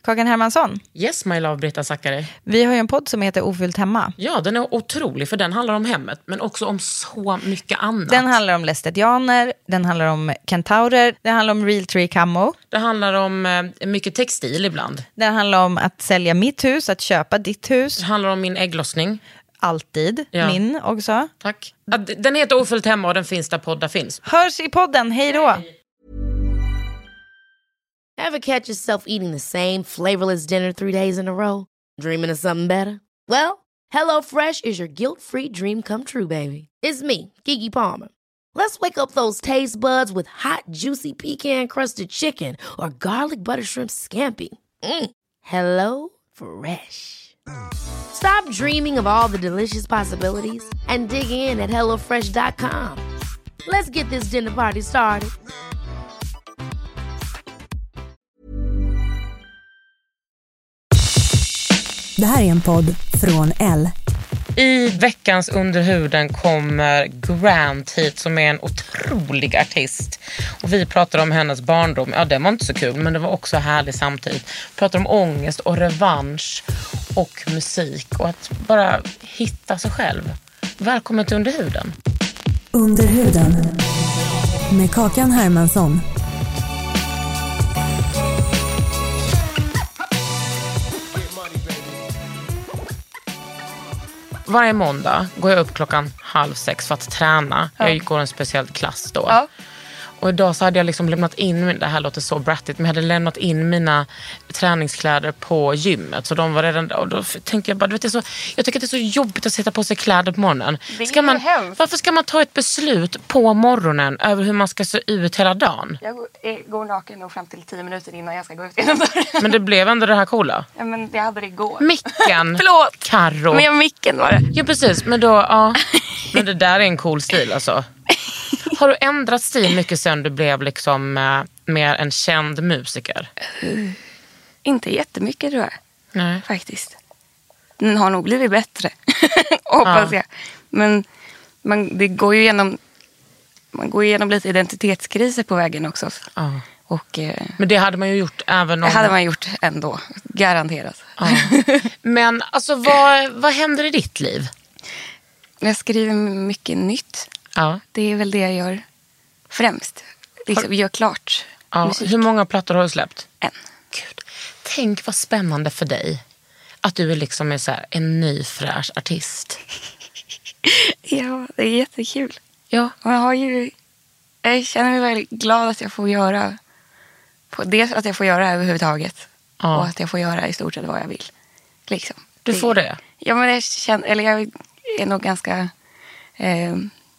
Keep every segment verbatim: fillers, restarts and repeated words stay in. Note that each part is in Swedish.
Kakan Hermansson. Yes, my love, Britta Zackari. Vi har ju en podd som heter Ofyllt hemma. Ja, den är otrolig för den handlar om hemmet, men också om så mycket annat. Den handlar om lästetianer, den handlar om kentaurer, den handlar om real tree camo. Det handlar om eh, mycket textil ibland. Den handlar om att sälja mitt hus, att köpa ditt hus. Det handlar om min ägglossning. Alltid, ja. Min också. Tack. Den heter Ofyllt hemma och den finns där poddar finns. Hörs i podden, hej då! Ever catch yourself eating the same flavorless dinner three days in a row? Dreaming of something better? Well, HelloFresh is your guilt-free dream come true, baby. It's me, Keke Palmer. Let's wake up those taste buds with hot, juicy pecan-crusted chicken or garlic butter shrimp scampi. Mm. Hello Fresh. Stop dreaming of all the delicious possibilities and dig in at hello fresh dot com. Let's get this dinner party started. Det här är en podd från Elle. I veckans Underhuden kommer Grant hit som är en otrolig artist. Och vi pratar om hennes barndom. Ja, det var inte så kul, men det var också härligt samtidigt. Vi pratar om ångest och revansch och musik och att bara hitta sig själv. Välkommen till Underhuden. Underhuden med Kakan Hermansson. Varje måndag går jag upp klockan halv sex för att träna. Ja. Jag går en speciell klass då. Ja. Och idag så hade jag liksom lämnat in, det här låter så brattigt, men jag hade lämnat in mina träningskläder på gymmet. Så de var redan där. Och då tänkte jag bara, du vet, det är så, jag tycker att det är så jobbigt att sätta på sig kläder på morgonen. Ska man, varför ska man ta ett beslut på morgonen över hur man ska se ut hela dagen? Jag går, jag går naken och fram till tio minuter innan jag ska gå ut genom dörren. Men det blev ändå det här coola. Ja, men det hade det igår. Micken. Förlåt. Karo. Men jag micken var det. Ja, precis. Men då, ja. Men det där är en cool stil alltså. Har du ändrat stil mycket sen du blev liksom uh, mer en känd musiker? Uh, inte jättemycket tror jag. Nej. Faktiskt. Den har nog blivit bättre. Hoppas ja. jag. Men man, det går ju igenom, man går igenom lite identitetskriser på vägen också. Ja. Och, uh, Men det hade man ju gjort även om... Det hade man gjort ändå. Garanterat. Ja. Men alltså vad, vad händer i ditt liv? Jag skriver mycket nytt. Ja. Det är väl det jag gör främst. Liksom, har... gör klart ja. musik. Hur många plattor har du släppt? En. Gud. Tänk vad spännande för dig. Att du är liksom är så här, en ny fräsch artist. Ja, det är jättekul. Ja. Och jag har ju... Jag känner mig väldigt glad att jag får göra... På, dels att jag får göra överhuvudtaget. Ja. Och att jag får göra i stort sett vad jag vill. Liksom. Du får det? Ja, men jag känner... Eller jag är nog ganska... Eh,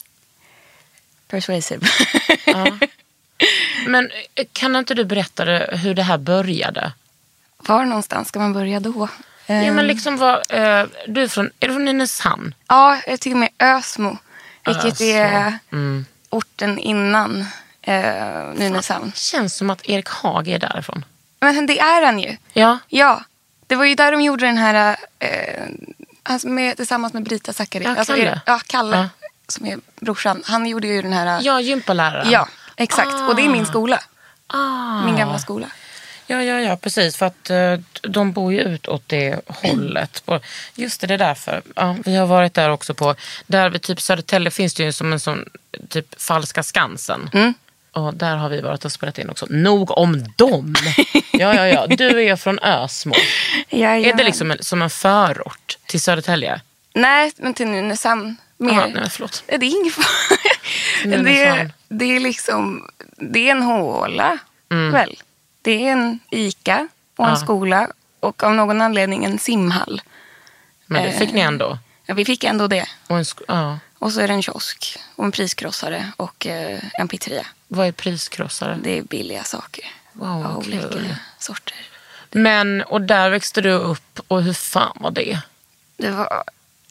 persuasive. Ja. Men kan inte du berätta hur det här började? Var någonstans ska man börja då? Ja, men liksom var, uh, du är från, är du från Nynäshamn? Ja, jag tycker med Ösmo. Vilket Ösmo. är mm. orten innan uh, Nynäshamn. Det känns som att Erik Haag är därifrån. Men det är han ju. Ja. Ja, det var ju där de gjorde den här... Uh, alltså med, tillsammans med Britta Zackari. Ja, alltså, Kalle. Ja, Kalle. Ja. Som är brorsan. Han gjorde ju den här... Ja, gympaläraren. Ja, exakt. Ah. Och det är min skola. Ah. Min gamla skola. Ja, ja, ja, precis. För att uh, de bor ju ut åt det hållet. Just det, det är därför. Ja, vi har varit där också på... Där vid typ Södertälje finns det ju som en sån typ Falska Skansen. Mm. Och där har vi varit och spelat in också. Nog om dem. Ja, ja, ja. Du är från Ösmo. Ja, ja. Är det liksom en, som en förort till Södertälje? Nej, men till Nynäshamn. Mer. Aha, nej, förlåt. Det är inget för... det, är, det är liksom... Det är en håla, mm. väl? Det är en ICA och en ja. skola. Och av någon anledning en simhall. Men det fick eh, ni ändå? Ja, vi fick ändå det. Och, en sk- ja. och så är det en kiosk och en priskrossare och eh, en pizzeria. Vad är priskrossare? Det är billiga saker. Wow, av olika kul. sorter. Men, och där växte du upp. Och hur fan var det? Det var...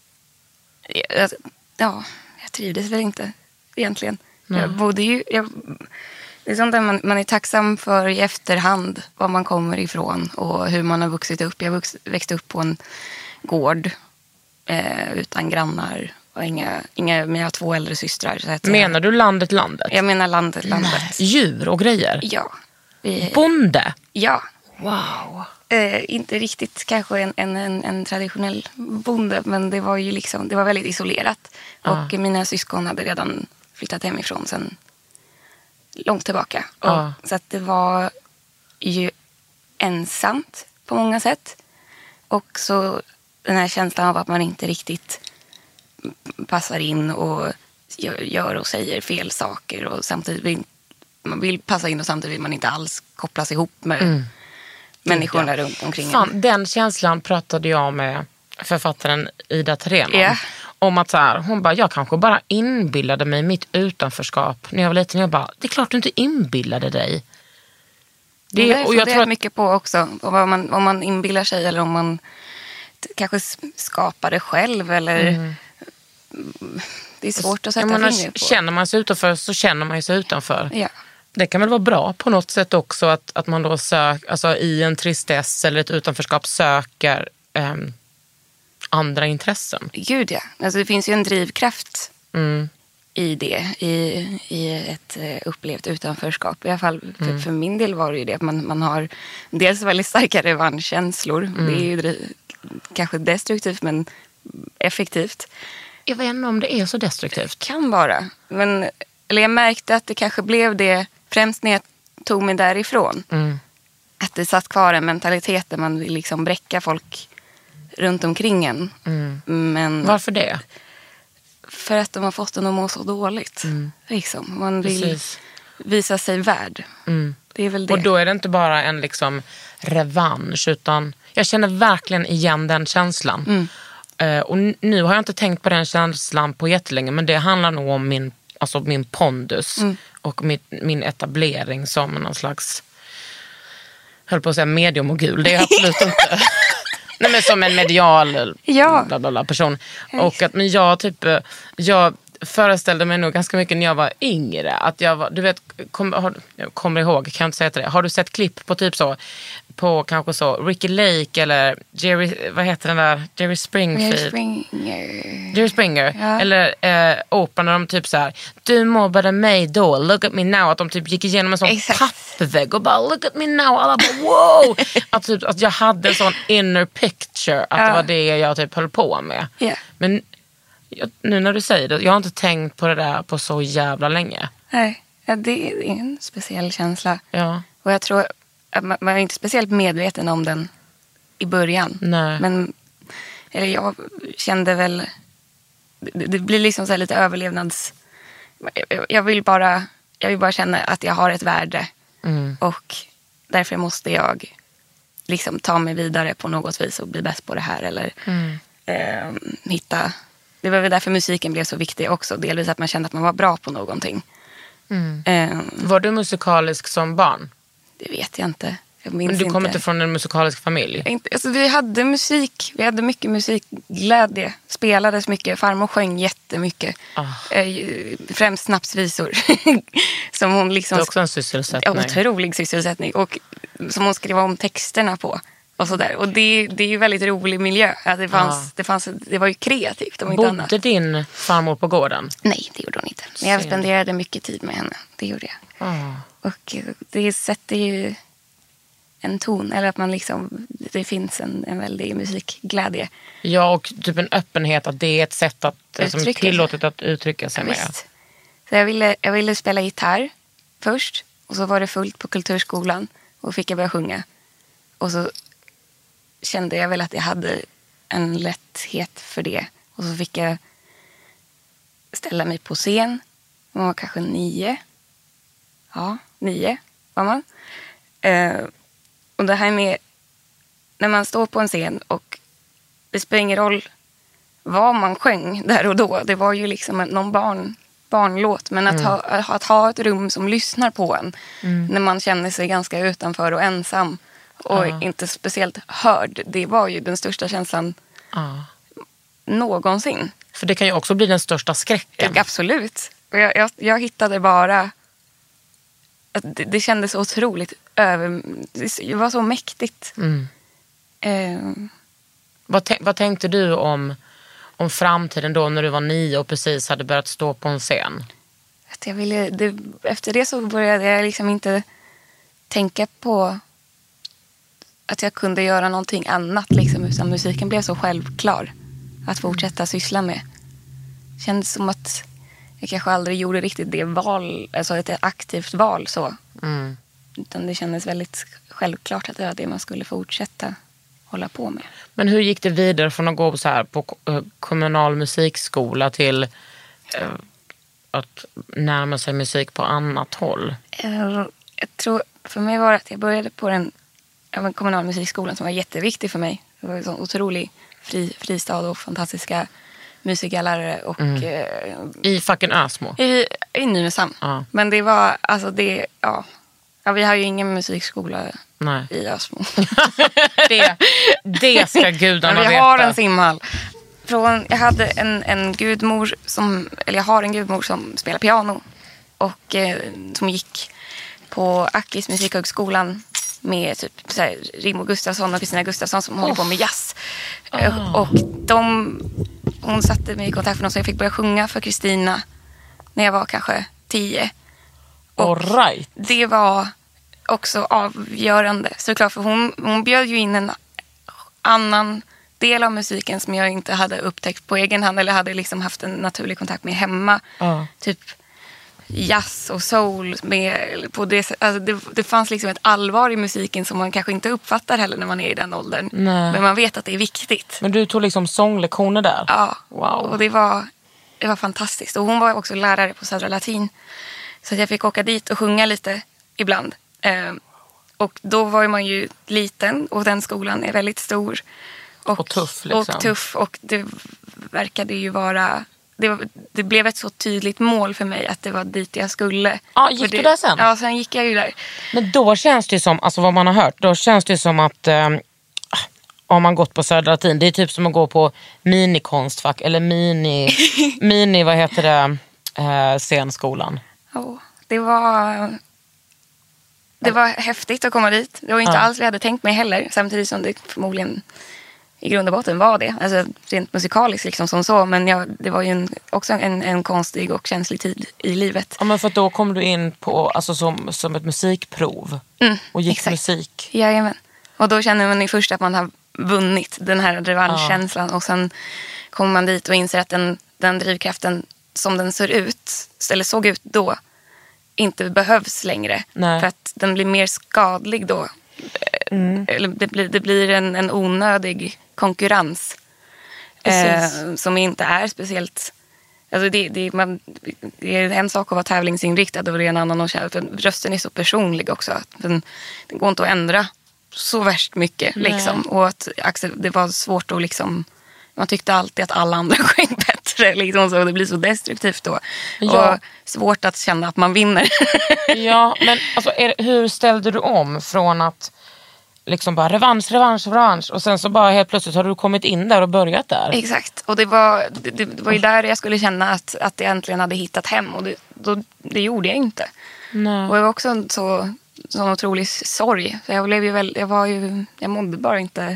Jag, ja, jag trivdes väl inte egentligen. Nej. Jag bodde ju... Jag, det är sånt där man, man är tacksam för i efterhand. Var man kommer ifrån och hur man har vuxit upp. Jag vux, växte upp på en gård eh, utan grannar. Och inga, inga, men jag har två äldre systrar. Så att menar jag, du landet, landet? Jag menar landet, landet. Nej. Djur och grejer? Ja. Vi, Bonde? Ja. Wow. Eh, inte riktigt kanske en, en, en, en traditionell bonde, men det var ju liksom, det var väldigt isolerat. Ah. Och mina syskon hade redan flyttat hemifrån sen långt tillbaka. Ah. Och, så att det var ju ensamt på många sätt. Och så den här känslan av att man inte riktigt passar in och gör, gör och säger fel saker. Och samtidigt vill, man vill passa in och samtidigt vill man inte alls kopplas ihop med mm. människorna ja. runt omkring. Fan, den känslan pratade jag med författaren Ida Tereman. Yeah. Om att så här, hon bara, jag kanske bara inbillade mig mitt utanförskap när jag var liten. Jag bara, det är klart du inte inbillade dig. Det, det och jag tror att... mycket på också. Om man, om man inbillar sig eller om man kanske skapar det själv. Eller mm. Det är svårt att sätta fingret på. Känner man sig utanför så känner man sig utanför. Ja. Det kan väl vara bra på något sätt också att, att man då söker, alltså i en tristess eller ett utanförskap söker eh, andra intressen. Gud ja. Alltså det finns ju en drivkraft mm. i det. I, i ett upplevt utanförskap. I alla fall för, mm. för min del var det ju det. Att man, man har dels väldigt starka revanschkänslor. Mm. Det är ju kanske destruktivt men effektivt. Jag vet inte om det är så destruktivt. Kan vara. Men, eller jag märkte att det kanske blev det främst när jag tog mig därifrån. Mm. Att det satt kvar en mentalitet där man vill liksom bräcka folk runt omkring en. Mm. Men, varför det? För att de har fått en att må så dåligt. Mm. Liksom. Man vill Precis. visa sig värd. Mm. Det är väl det. Och då är det inte bara en liksom revansch utan jag känner verkligen igen den känslan. Mm. Uh, och nu har jag inte tänkt på den känslan på jättelänge men det handlar nog om min, alltså min pondus mm. och min, min etablering som någon slags, höll på att säga mediumogul, det är jag absolut inte. Nej, men som en medial ja. bla bla bla person. Och att men jag typ jag föreställde mig nog ganska mycket när jag var yngre att jag var, du vet, kom, har, jag kommer ihåg, kan jag inte säga till det. Har du sett klipp på typ så på kanske så Ricky Lake eller Jerry, vad heter den där, Jerry Springfield. Jerry Springer. Jerry Springer. Ja. Eller eh, Oprah när de typ så här, du mobbade mig då, look at me now. Att de typ gick igenom en sån Exakt. pappvägg och bara, look at me now. Alla bara, wow. att, typ, att jag hade en sån inner picture. Att ja. det var det jag typ höll på med. Yeah. Men jag, nu när du säger det, jag har inte tänkt på det där på så jävla länge. Nej, ja, det är en speciell känsla. Ja. Och jag tror att man var inte speciellt medveten om den i början. Nej. Men eller jag kände väl, det, det blir liksom så här lite överlevnads. Jag vill bara, jag vill bara känna att jag har ett värde. Mm. Och därför måste jag liksom ta mig vidare på något vis och bli bäst på det här. Eller mm. eh, hitta. Det var väl därför musiken blev så viktig också. Delvis att man kände att man var bra på någonting. Mm. Eh, var du musikalisk som barn? Det vet jag inte. Jag minns Men du kom inte. inte från en musikalisk familj? Inte, alltså vi hade musik. Vi hade mycket musikglädje. Spelades mycket. Farmor sjöng jättemycket. Oh. Eh, främst snapsvisor. som hon liksom, det är också en sysselsättning. Ja, otrolig sysselsättning. Och som hon skrev om texterna på. Och, så där. Och det, det är ju väldigt rolig miljö. Att det, fanns, oh. det, fanns, det var ju kreativt. Om Bodde inte annat. din farmor på gården? Nej, det gjorde hon inte. Men jag spenderade mycket tid med henne. Det gjorde jag. Oh. Och det sätter ju en ton, eller att man liksom, det finns en, en väldig musikglädje. Ja, och typ en öppenhet att det är ett sätt att, som är tillåtet att uttrycka sig ja, med. Visst. Så jag ville, jag ville spela gitarr först, och så var det fullt på kulturskolan och fick jag börja sjunga. Och så kände jag väl att jag hade en lätthet för det. Och så fick jag ställa mig på scen. Man var kanske nio. Ja, nio var man. Uh, Och det här med när man står på en scen och det spelar ingen roll vad man sjöng där och då. Det var ju liksom någon barn, barnlåt. Men att, mm. ha, att ha ett rum som lyssnar på en mm. när man känner sig ganska utanför och ensam och ja. inte speciellt hörd. Det var ju den största känslan ja. någonsin. För det kan ju också bli den största skräcken. Ja, absolut. Och jag, jag, jag hittade bara att det, det kändes otroligt över, det var så mäktigt. Mm. Eh. Vad, te- vad tänkte du om, om framtiden då när du var nio och precis hade börjat stå på en scen? Att jag ville, det, efter det så började jag liksom inte tänka på att jag kunde göra någonting annat liksom, utan musiken blev så självklar att fortsätta syssla med. Det kändes som att jag kanske aldrig gjorde riktigt det val, alltså ett aktivt val så. Mm. Utan det kändes väldigt självklart att det var det man skulle fortsätta hålla på med. Men hur gick det vidare från att gå så här på kommunal musikskola till eh, att närma sig musik på annat håll? Jag tror, för mig var det att jag började på den ja, kommunal musikskolan som var jätteviktig för mig. Det var en sån otrolig fri, fristad och fantastiska musiklärare och mm. eh, i fucking Ösmo. I, i Nynäshamn. Ja. Men det var alltså det ja, ja vi har ju ingen musikskola Nej. i Ösmo. det, det ska gudarna veta. Vi har en simhall. Från, jag hade en, en gudmor som, eller jag har en gudmor som spelar piano och eh, som gick på Akis musikhögskolan med typ så här, Rimo Gustafsson och Kristina Gustafsson som oh. håller på med jazz. Oh. Och de, hon satte mig i kontakt med dem så jag fick börja sjunga för Kristina när jag var kanske tio. Och All right. det var också avgörande. Såklart, för hon, hon bjöd ju in en annan del av musiken som jag inte hade upptäckt på egen hand eller hade liksom haft en naturlig kontakt med hemma. Uh. Typ jazz och soul. Med, på det, alltså det, det fanns liksom ett allvar i musiken som man kanske inte uppfattar heller när man är i den åldern. Nej. Men man vet att det är viktigt. Men du tog liksom sånglektioner där? Ja, wow. Och det var, det var fantastiskt. Och hon var också lärare på Södra Latin. Så att jag fick åka dit och sjunga lite ibland. Eh, och då var man ju liten och den skolan är väldigt stor. Och, och tuff liksom. Och tuff. Och det verkade ju vara... Det, var, det blev ett så tydligt mål för mig att det var dit jag skulle. Ja, gick det, du där sen? Ja, sen gick jag ju där. Men då känns det som, alltså vad man har hört, då känns det som att eh, om man gått på Södra Latin, det är typ som att gå på minikonstfack eller mini, mini vad heter det, eh, scenskolan. Ja, oh, det var... Det var häftigt att komma dit. Det var inte ja. alls vad jag hade tänkt mig heller. Samtidigt som det förmodligen i grund och botten var det. Alltså rent musikaliskt liksom som så. Men jag, det var ju en, också en, en konstig och känslig tid i livet. Ja, men för att då kom du in på, alltså som, som ett musikprov. Mm, och gick exakt. musik. Jajamän. Och då känner man ju först att man har vunnit den här revanschkänslan. Ja. Och sen kommer man dit och inser att den, den drivkraften som den ser ut, eller såg ut då, inte behövs längre. Nej. För att den blir mer skadlig då. Mm. Eller det blir, det blir en, en onödig konkurrens. Eh, som inte är speciellt... Alltså det, det, man, det är en sak att vara tävlingsinriktad och det är en annan att känna. Rösten är så personlig också. Den, den går inte att ändra så värst mycket. Liksom. Och att det var svårt att liksom... Man tyckte alltid att alla andra sjöng bättre. Liksom, så det blir så destruktivt då. Ja. Och svårt att känna att man vinner. Ja, men alltså, är, hur ställde du om från att liksom bara revansch, revansch, revansch och sen så bara helt plötsligt har du kommit in där och börjat där? Exakt, och det var, det, det var ju där jag skulle känna att, att jag äntligen hade hittat hem och det, då, det gjorde jag inte. Nej. Och det var också en så, sån otrolig sorg. För jag blev ju väl, jag var ju, jag mådde bara inte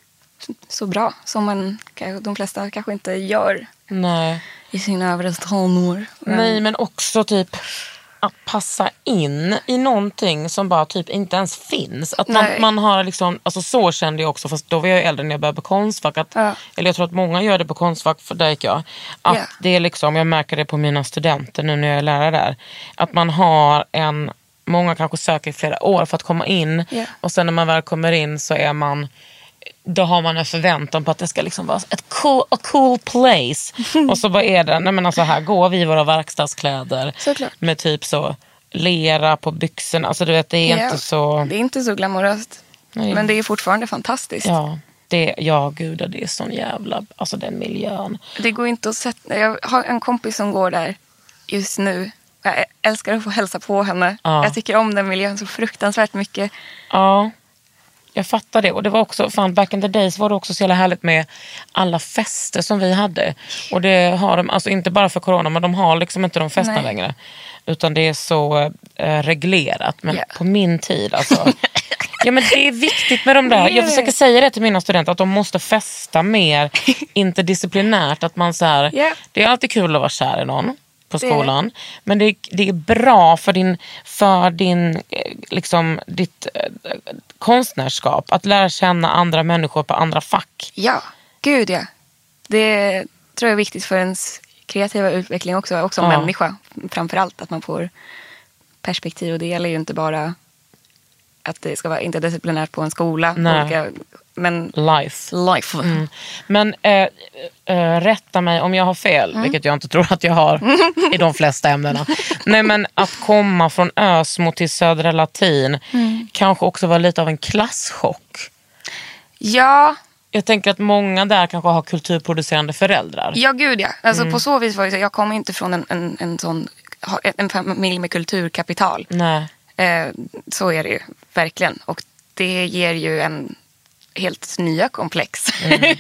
så bra som man, de flesta kanske inte gör. Nej. I sina övre tonår. Nej, men också typ att passa in i någonting som bara typ inte ens finns. Att man, man har liksom, alltså så kände jag också, fast då var jag äldre när jag började på Konstfack. Att, ja. Eller jag tror att många gör det på Konstfack, för dig jag. Att yeah. det är liksom, jag märker det på mina studenter nu när jag är lärare där. Att man har en, många kanske söker flera år för att komma in. Yeah. Och sen när man väl kommer in så är man... Då har man en förväntan på att det ska liksom vara ett cool, a cool place. Och så bara är det, nej men alltså här går vi i våra verkstadskläder. Såklart. Med typ så lera på byxorna. Alltså du vet, det är ja, inte så... Det är inte så glamoröst. Nej. Men det är fortfarande fantastiskt. Ja, det, ja gud, det är sån jävla... Alltså den miljön. Det går inte att sätta... Jag har en kompis som går där just nu. Jag älskar att få hälsa på henne. Ja. Jag tycker om den miljön så fruktansvärt mycket. Ja. Jag fattar det. Och det var också, fan, back in the days var det också så jävla härligt med alla fester som vi hade. Och det har de, alltså inte bara för corona, men de har liksom inte de festerna längre. Utan det är så eh, reglerat. Men yeah. på min tid, alltså. Ja, men det är viktigt med de där. Jag försöker säga det till mina studenter, att de måste festa mer interdisciplinärt. Att man så här, yeah. det är alltid kul att vara kär i någon. på skolan. Det men det, det är bra för din, för din liksom, ditt eh, konstnärskap. Att lära känna andra människor på andra fack. Ja, gud ja. Det tror jag är viktigt för ens kreativa utveckling också. Också som ja. människa. Framförallt att man får perspektiv. Och det gäller ju inte bara att det ska vara interdisciplinärt på en skola. Olika, men life. life. Mm. Men äh, äh, rätta mig om jag har fel, mm. vilket jag inte tror att jag har i de flesta ämnena. Nej, men att komma från Ösmo till Södra Latin mm. kanske också var lite av en klasschock. Ja. Jag tänker att många där kanske har kulturproducerande föräldrar. Ja, gud ja. Alltså mm. på så vis var det så, jag kommer inte från en, en, en sån en familj med kulturkapital. Nej. Eh, så är det ju, verkligen. Och det ger ju en helt nya komplex. Mm.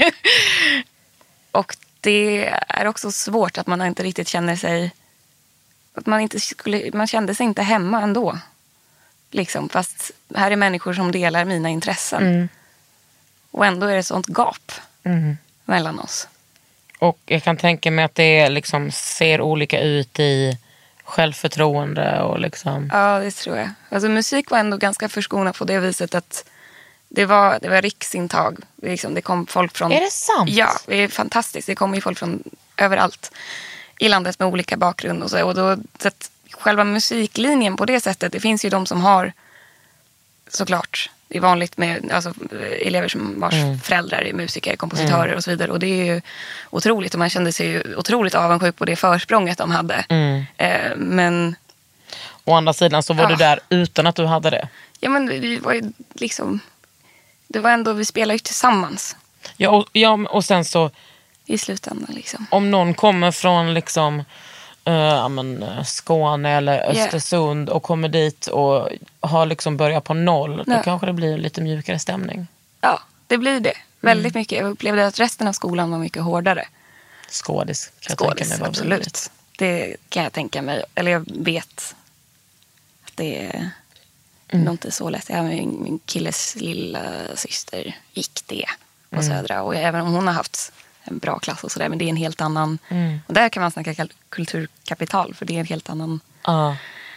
Och det är också svårt att man inte riktigt känner sig... Att man, inte skulle, man kände sig inte hemma ändå. Liksom, fast här är människor som delar mina intressen. Mm. Och ändå är det ett sånt gap mm. mellan oss. Och jag kan tänka mig att det liksom ser olika ut i självförtroende och liksom... Ja, det tror jag. Alltså musik var ändå ganska förskonat på det viset att det var, det var riksintag. Det, liksom, det kom folk från... Är det sant? Ja, det är fantastiskt. Det kommer ju folk från överallt i landet med olika bakgrund och så. Och då, så att själva musiklinjen på det sättet, det finns ju de som har såklart... Det är vanligt med alltså, elever som vars mm. föräldrar är musiker, kompositörer mm. och så vidare. Och det är ju otroligt. Och man kände sig ju otroligt avundsjuk på det försprånget de hade. Mm. Eh, men... Å andra sidan så var ja. du där utan att du hade det. Ja, men vi var ju liksom... Det var ändå, vi spelade ju tillsammans. Ja, och, ja, och sen så... I slutändan liksom. Om någon kommer från liksom... Uh, men, Skåne eller Östersund yeah. och kommer dit och har liksom börjat på noll, då ja. kanske det blir lite mjukare stämning. Ja, det blir det. Väldigt mm. mycket. Jag upplevde att resten av skolan var mycket hårdare. Skådis, kan jag Skådis, tänka mig. Absolut. Det kan jag tänka mig. Eller jag vet att det är mm. nog inte så lätt. Jag har min, min killes lilla syster gick det på mm. Södra. Och även om hon har haft en bra klass och sådär, men det är en helt annan... Mm. Och där kan man snacka kulturkapital, för det är en helt annan... Uh.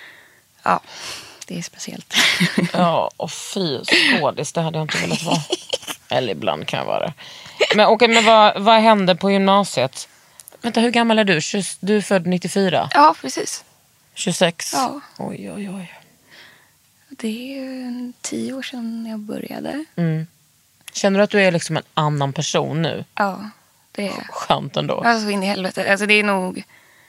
Ja, det är speciellt. Ja, och fy, skådis, det hade jag inte velat vara. Eller ibland kan jag vara det. Men okej, men vad, vad hände på gymnasiet? Vänta, hur gammal är du? Du är född nittiofyra? Ja, precis. tjugosex? Ja. Oj, oj, oj. Det är ju tio år sedan jag började. Mm. Känner du att du är liksom en annan person nu? Ja. Det är skönt ändå. Alltså in i helvete. Alltså det är nog...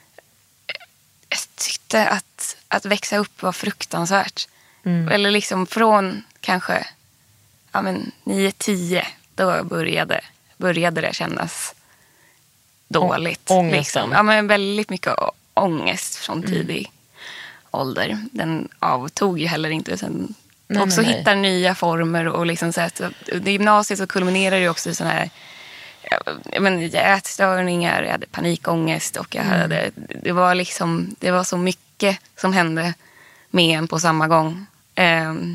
Jag tyckte att, att växa upp var fruktansvärt. Mm. Eller liksom från kanske ja men, nio tio. Då började, började det kännas dåligt. Å- ångesten. Liksom. Ja, men väldigt mycket å- ångest från tidig mm. ålder. Den avtog ju heller inte. Sen nej, också nej, hittar nej. nya former. Och liksom så att, i gymnasiet så kulminerar det också i sån här... Men ätstörningar, jag hade panikångest och jag hade, mm. det var liksom, det var så mycket som hände med en på samma gång. Um,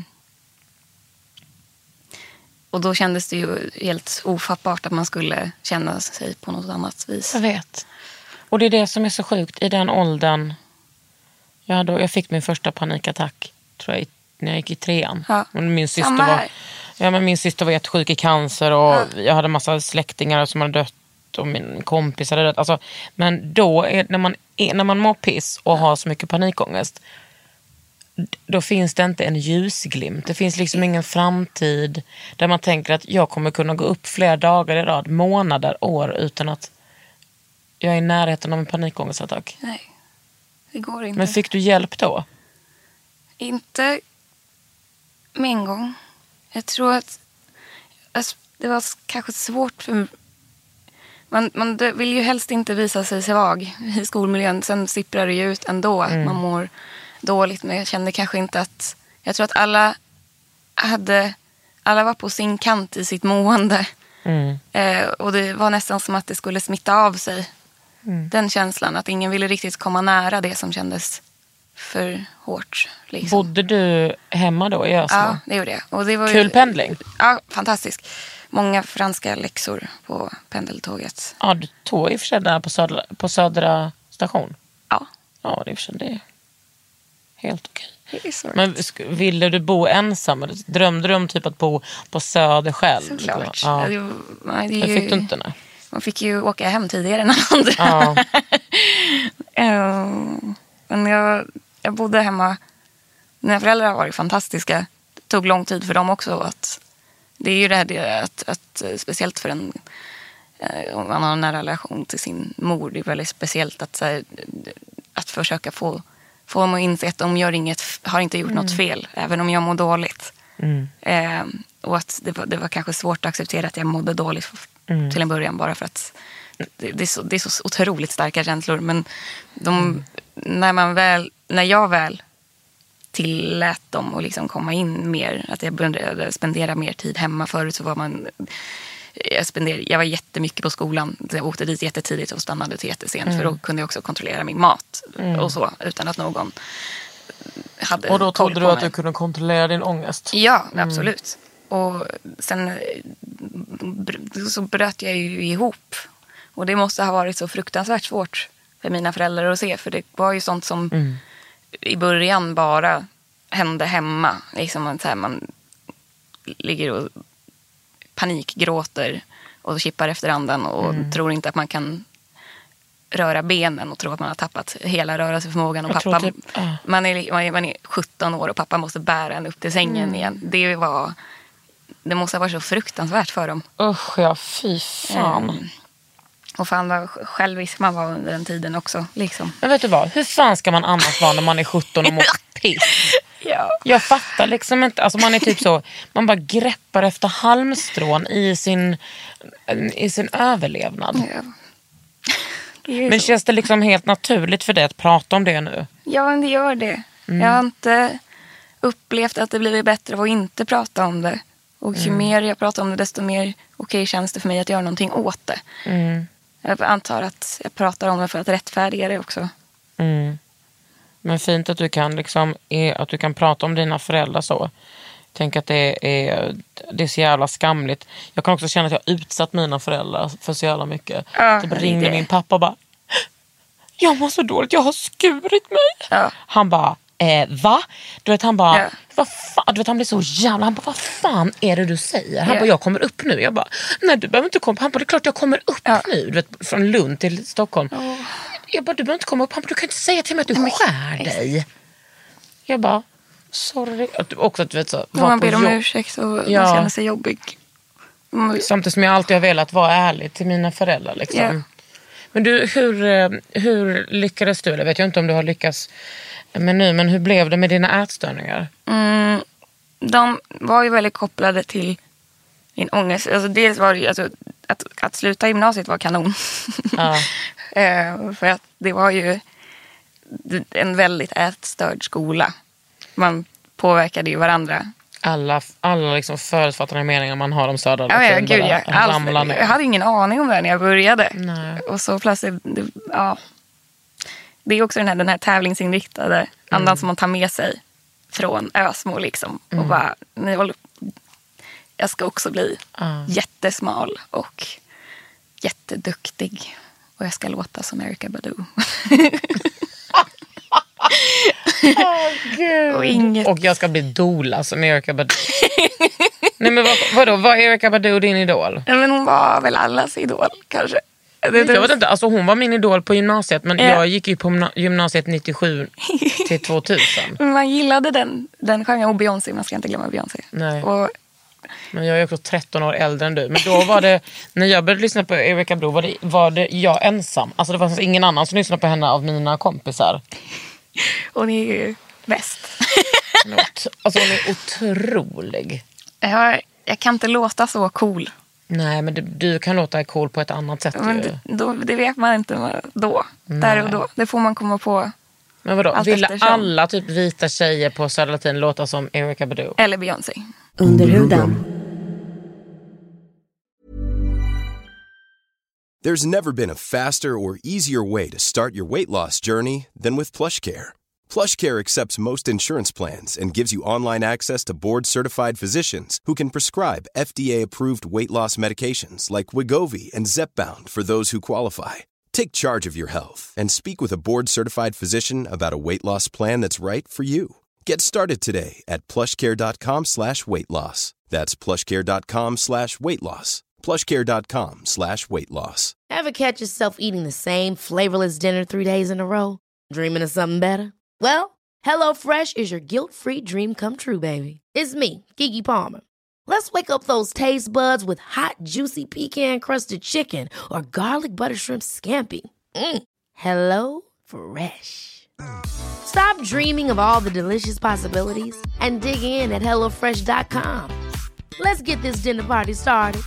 och då kändes det ju helt ofattbart att man skulle känna sig på något annat vis. Jag vet. Och det är det som är så sjukt i den åldern. Jag, hade, jag fick min första panikattack, tror jag, när jag gick i trean. Ja. Min syster var... Ja, men min syster var jättesjuk i cancer och ja. jag hade massa släktingar som hade dött och min kompis hade dött. Alltså, men då, är, när, man är, när man mår piss och har så mycket panikångest, då finns det inte en ljusglimt. Det finns liksom ingen framtid där man tänker att jag kommer kunna gå upp flera dagar i rad, månader, år utan att jag är i närheten av en panikångestattack. Nej, det går inte. Men fick du hjälp då? Inte med en gång. Jag tror att alltså, det var kanske svårt för... Man, man vill ju helst inte visa sig svag i skolmiljön. Sen sipprar det ju ut ändå att mm. man mår dåligt. Men jag kände kanske inte att... Jag tror att alla hade... Alla var på sin kant i sitt mående. Mm. Eh, och det var nästan som att det skulle smitta av sig. Mm. Den känslan. Att ingen ville riktigt komma nära det som kändes för hårt. Liksom. Bodde du hemma då i Ösmo? Ja, det gjorde jag. Och det var Kul ju, pendling? Ja, fantastisk. Många franska läxor på pendeltåget. Ja, du tog i och för sig där på södra, på södra station. Ja, Ja, det är för det. Helt okej. Okay. Men ville du bo ensam? Eller drömde du om typ att bo på Söder själv? Såklart. Ja. Ja, det, det, det fick du inte, nej. Man fick ju åka hem tidigare än andra. Ja. uh, men jag, jag bodde hemma. Mina föräldrar var ju fantastiska. Det tog lång tid för dem också. Att, det är ju det här det, att, att speciellt för en om man har en nära relation till sin mor, det är väldigt speciellt att, här, att försöka få, få dem att inse att de gör inget, har inte gjort mm. något fel, även om jag mår dåligt. Mm. Eh, och att det var, det var kanske svårt att acceptera att jag mådde dåligt mm. till en början, bara för att det, det, är så, det är så otroligt starka känslor. Men de, mm. när, man väl, när jag väl tillät dem att liksom komma in mer, att jag började spendera mer tid hemma. Förut så var man... Jag, spenderade, jag var jättemycket på skolan. Jag åkte dit jättetidigt och stannade till jättesent. Mm. För då kunde jag också kontrollera min mat mm. och så, utan att någon hade. Och då trodde du att du kunde kontrollera din ångest? Ja, absolut. Mm. Och sen så bröt jag ju ihop. Och det måste ha varit så fruktansvärt svårt för mina föräldrar att se. För det var ju sånt som mm. i början bara hände hemma. Liksom att så här, man ligger och panikgråter och kippar efter andan och mm. tror inte att man kan röra benen och tror att man har tappat hela rörelseförmågan. Och pappa, typ, uh. man, är, man, är, man är sjutton år och pappa måste bära en upp till sängen mm. igen. Det var, det måste ha varit så fruktansvärt för dem. Usch, ja, fy fan. Mm. Och fan vad självisk man var under den tiden också. Liksom. Men vet du vad, hur fan ska man annars vara när man är sjutton och mår piss? Ja. Jag fattar liksom inte, alltså man är typ så, man bara greppar efter halmstrån i sin, i sin överlevnad. Ja. Men känns det liksom helt naturligt för dig att prata om det nu? Ja, men det gör det. Mm. Jag har inte upplevt att det blivit bättre av att inte prata om det. Och ju mm. mer jag pratar om det, desto mer okej känns det för mig att göra någonting åt det. Mm. Jag antar att jag pratar om det för att rättfärdiga det också. Mm. Men fint att du kan liksom, att du kan prata om dina föräldrar så. Tänk att det är, det är så jävla skamligt. Jag kan också känna att jag har utsatt mina föräldrar för så jävla mycket. Ja, typ ringde min pappa och bara, jag mår så dåligt, jag har skurit mig. Ja. Han bara, eh, va? Du vet, han bara, ja. vad fan? Du vet, han blir så jävla, han bara, vad fan är det du säger? Han ja. bara, jag kommer upp nu. Jag bara, nej du behöver inte komma. Han bara, det är klart jag kommer upp ja. nu. Du vet, från Lund till Stockholm. Oh. Jag bara, du behöver inte komma upp. Han bara, du kan inte säga till mig att du nej, skär dig. Jag bara, sorry. Också att du vet så. Man ber om jobb. ursäkt och ja. man känner sig jobbig. Mm. Samtidigt som jag alltid har velat vara ärlig till mina föräldrar liksom. Yeah. Men du, hur, hur lyckades du? Eller vet jag inte om du har lyckats med nu, men hur blev det med dina ätstörningar? Mm, de var ju väldigt kopplade till min ångest. Alltså dels var det ju, alltså, att, att sluta gymnasiet var kanon. Ja. eh, för att det var ju en väldigt ätstörd skola. Man påverkade ju varandra. Alla, alla liksom förutfattade meningar man har om södra. Ja, ja, gud, jag, all, jag hade ingen aning om det när jag började. Nej. Och så plötsligt, det, ja. Det är också den här, den här tävlingsinriktade andan mm. som man tar med sig från Ösmo liksom. Mm. Och bara, nej, jag ska också bli mm. jättesmal och jätteduktig. Och jag ska låta som Erykah Badu. Oh, Gud. Och, inget... och jag ska bli dola som Erykah Badu. Nej, men vad, vadå, var Erykah Badu din idol? Ja, men hon var väl allas idol kanske. Det, det... Jag vet inte, alltså hon var min idol på gymnasiet. Men yeah. jag gick ju på gymnasiet nittiosju till tvåtusen. Man gillade den, den genren. Och Beyoncé, man ska inte glömma Beyoncé. Nej. Och... Men jag är också tretton år äldre än du. Men då var det, när jag började lyssna på Erykah Badu var det, var det jag ensam. Alltså det var ingen annan som lyssnade på henne av mina kompisar. Hon är ju bäst. Alltså hon är otrolig. Jag, jag kan inte låta så cool. Nej, men du, du kan låta cool på ett annat sätt. Men det, då, det vet man inte då. Nej. Där och då. Det får man komma på. Men vadå? Ville alla typ vita tjejer på Södra Latin låta som Erykah Badu? Eller Beyoncé. Under huden. There's never been a faster or easier way to start your weight loss journey than with PlushCare. PlushCare accepts most insurance plans and gives you online access to board-certified physicians who can prescribe F D A-approved weight loss medications like Wegovy and Zepbound for those who qualify. Take charge of your health and speak with a board-certified physician about a weight loss plan that's right for you. Get started today at plushcare.com slash weight loss. That's plushcare.com slash weight loss. plushcare.com slash weight loss. Ever catch yourself eating the same flavorless dinner three days in a row? Dreaming of something better? Well, HelloFresh is your guilt-free dream come true, baby. It's me, Keke Palmer. Let's wake up those taste buds with hot, juicy pecan-crusted chicken or garlic butter shrimp scampi. Mm. Hello Fresh. Stop dreaming of all the delicious possibilities and dig in at hello fresh dot com. Let's get this dinner party started.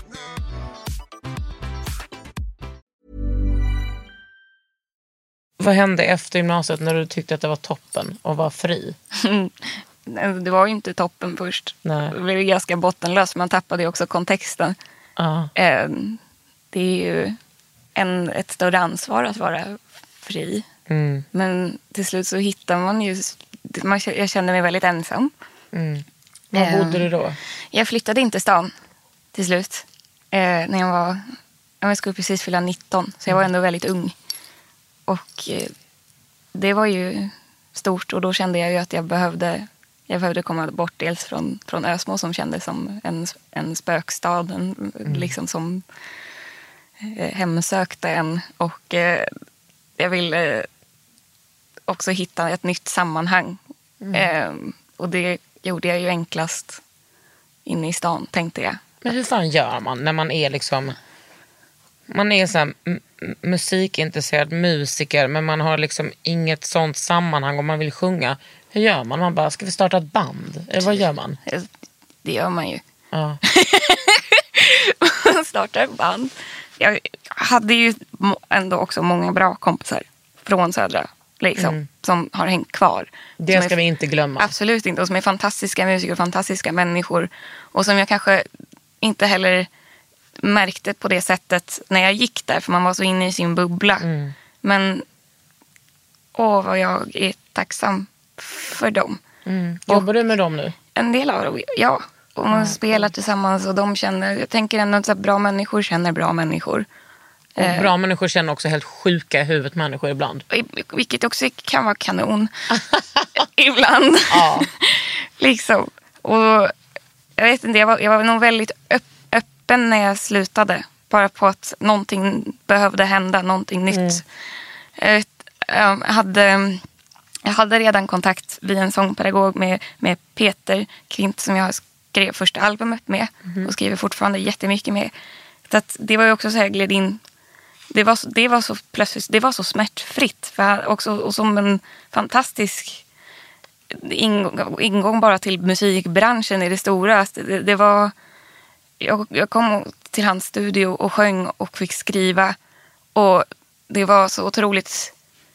Vad hände efter gymnasiet när du tyckte att det var toppen och var fri? Det var ju inte toppen först. Nej. Det blev ganska bottenlöst. Man tappade ju också kontexten. Uh. Det är ju en, ett större ansvar att vara fri. Mm. Men till slut så hittar man ju... Man, jag kände mig väldigt ensam. Mm. Var bodde du då? Jag flyttade inte stan till slut. När jag var... Jag skulle precis fylla nitton. Så jag var ändå väldigt ung. Och det var ju stort. Och då kände jag ju att jag behövde... Jag behövde komma bort dels från, från Ösmo som kändes som en, en spökstad. En, mm. Liksom som eh, hemsökte en. Och eh, jag ville också hitta ett nytt sammanhang. Mm. Eh, och det gjorde jag ju enklast inne i stan, tänkte jag. Men hur fan gör man när man är liksom... Man är så här m- musikintresserad musiker, men man har liksom inget sånt sammanhang om man vill sjunga. Hur gör man? Man bara, ska vi starta ett band? Eller vad gör man? Det gör man ju. Ja. Man startar ett band. Jag hade ju ändå också många bra kompisar från Södra, liksom, mm. som har hängt kvar. Det ska är, vi inte glömma. Absolut inte. Och som är fantastiska musiker och fantastiska människor. Och som jag kanske inte heller märkte på det sättet när jag gick där. För man var så inne i sin bubbla. Mm. Men åh, vad jag är tacksam för dem. Mm. Jobbar du med dem nu? En del av dem, ja. Och man mm. spelar tillsammans och de känner... Jag tänker ändå att bra människor känner bra människor. Och eh, bra människor känner också helt sjuka i huvudet människor ibland. Vilket också kan vara kanon. Ibland. Ja. Liksom. Och jag vet inte, jag var, jag var nog väldigt öpp, öppen när jag slutade. Bara på att någonting behövde hända, någonting nytt. Mm. Jag, jag hade... Jag hade redan kontakt via en sångpedagog med, med Peter Klint som jag skrev första albumet med. Mm. Och skriver fortfarande jättemycket med. Så att det var ju också så här gled in. Det var, det var så plötsligt, det var så smärtfritt. För också, och som en fantastisk ingång, ingång bara till musikbranschen i det stora. Det, det var, jag, jag kom till hans studio och sjöng och fick skriva. Och det var så otroligt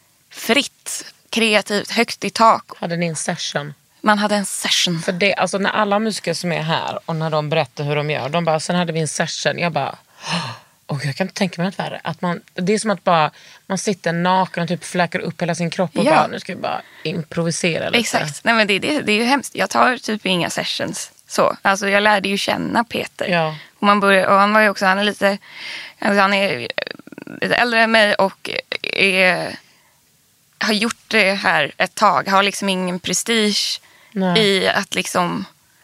fritt. Kreativt, högt i tak. Hade ni en session? Man hade en session. För det, alltså när alla musiker som är här och när de berättar hur de gör, de bara, sen hade vi en session. Jag bara, och jag kan inte tänka mig något värre. Att man, det är som att bara, man sitter naken och typ fläcker upp hela sin kropp och ja. bara, nu ska vi bara improvisera lite. Exakt, nej men det, det, det är ju hemskt. Jag tar typ inga sessions så. Alltså jag lärde ju känna Peter. Ja. Och, man började, och han var ju också, han är lite, alltså han är lite äldre än mig och är... har gjort det här ett tag. Har liksom ingen prestige Nej. i att liksom...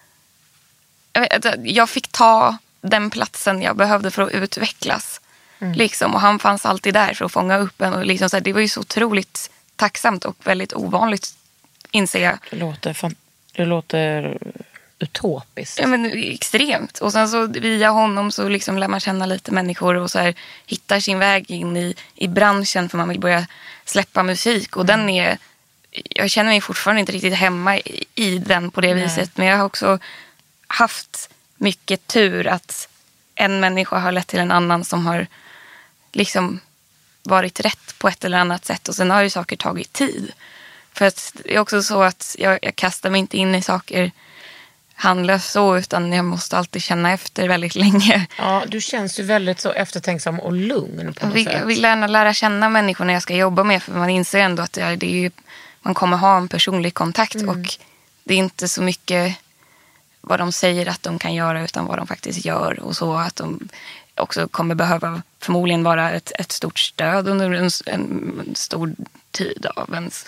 Jag, vet, jag fick ta den platsen jag behövde för att utvecklas. Mm. Liksom, och han fanns alltid där för att fånga upp en. Och liksom, så här, det var ju så otroligt tacksamt och väldigt ovanligt, inser jag. Det låter, fan, det låter utopiskt. Ja, men extremt. Och sen så via honom så liksom lär man känna lite människor och så här, hittar sin väg in i, i branschen för man vill börja släppa musik. Och mm. den är, jag känner mig fortfarande inte riktigt hemma i, i den på det Nej. viset. Men jag har också haft mycket tur att en människa har lett till en annan som har liksom varit rätt på ett eller annat sätt. Och sen har ju saker tagit tid. För att det är också så att jag, jag kastar mig inte in i saker handlöst så, utan jag måste alltid känna efter väldigt länge. Ja, du känns ju väldigt så eftertänksam och lugn på något jag, sätt. Jag vill gärna lära känna människorna jag ska jobba med, för man inser ändå att det är, det är ju, man kommer ha en personlig kontakt mm. och det är inte så mycket vad de säger att de kan göra utan vad de faktiskt gör och så att de också kommer behöva förmodligen vara ett, ett stort stöd under en, en stor tid av ens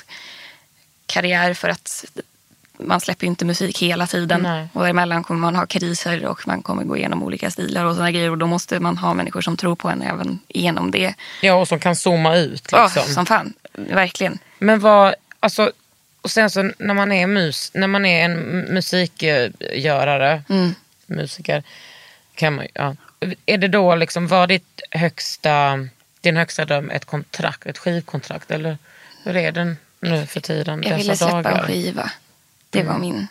karriär, för att man släpper ju inte musik hela tiden. Nej. Och däremellan kommer man ha kriser och man kommer gå igenom olika stilar och sådana grejer, och då måste man ha människor som tror på en även igenom det. Ja, och som kan zooma ut liksom. Ja, som fan, verkligen. Men vad, alltså, och sen så när man är mus, när man är en musikgörare, mm. musiker, kan man, ja. Är det då liksom, var ditt högsta, din högsta dröm ett kontrakt, ett skivkontrakt, eller hur är den nu för tiden? Jag ville släppa dagar? en skiva. Det mm. var min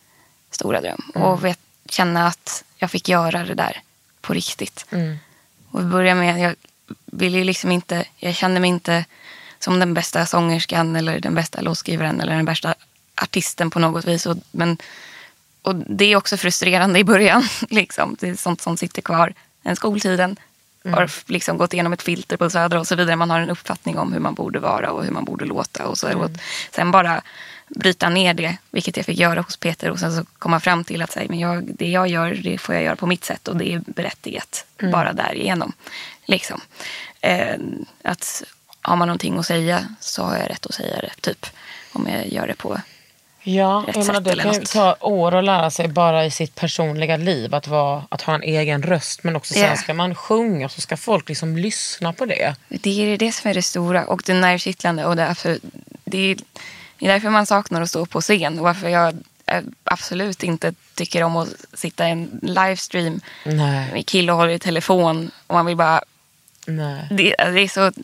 stora dröm. Mm. Och vet, känna att jag fick göra det där på riktigt. Mm. Och börja med, jag ville ju liksom inte, jag kände mig inte som den bästa sångerskan eller den bästa låtskrivaren eller den bästa artisten på något vis. Och, men, och det är också frustrerande i början. Liksom. Det är sånt som sitter kvar. En skoltiden mm. har liksom gått igenom ett filter på Södra och så vidare. Man har en uppfattning om hur man borde vara och hur man borde låta. Och så. Mm. Och sen bara bryta ner det, vilket jag fick göra hos Peter, och sen så komma fram till att säga, men jag, det jag gör, det får jag göra på mitt sätt, och det är berättigat mm. bara därigenom. Liksom. Eh, att har man någonting att säga så har jag rätt att säga det, typ. Om jag gör det på ja, rätt jag sätt menar, det eller kan något. ta år att lära sig bara i sitt personliga liv att, vara, att ha en egen röst, men också sen yeah. ska man sjunga, så ska folk liksom lyssna på det. Det är det som är det stora och det nervkittlande, och därför, det är, det är därför man saknar att stå på scen, och varför jag absolut inte tycker om att sitta i en livestream Nej. med kille och håller i telefon och man vill bara Nej. Det, det är så,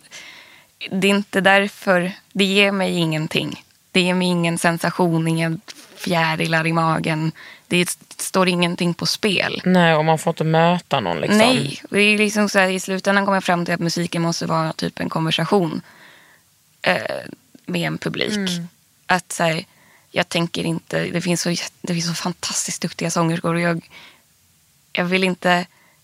det är inte därför, det ger mig ingenting. Det ger mig ingen sensation, ingen fjärilar i magen. Det står ingenting på spel. Nej, och man får inte möta någon liksom. Nej, det är liksom så här, i slutändan kommer jag fram till att musiken måste vara typ en konversation eh, med en publik. Mm. Att så här, jag tänker inte, det finns så, det finns så fantastiskt duktiga sångerskor, och jag, jag vill inte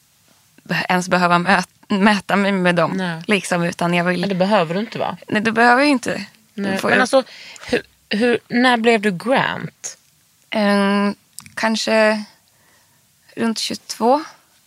ens behöva möta, mäta mig med dem. Nej. Liksom, utan jag vill... Men det behöver du inte, va? Nej, det behöver jag inte. Nej. Men jag... alltså, hur, hur, när blev du Grant? Um, kanske runt tjugotvå.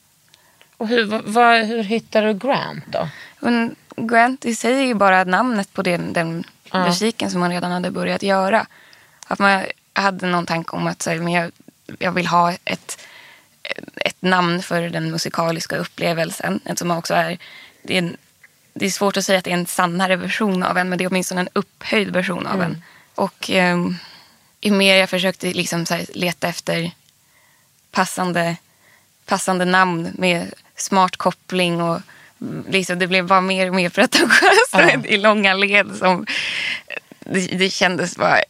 Och hur, vad, hur hittade du Grant då? Men Grant i sig är ju bara namnet på den, den uh. musiken som man redan hade börjat göra. Att man hade någon tanke om att säga, men jag, jag vill ha ett, ett namn för den musikaliska upplevelsen. Som också är, det är, en, det är svårt att säga att det är en sannare version av en, men det är åtminstone en upphöjd version av mm. en. Och um, ju mer jag försökte liksom så här, leta efter passande, passande namn med smart koppling, och liksom, det blev bara mer och mer pretentiöst uh. i långa led. Som, det, det kändes bara...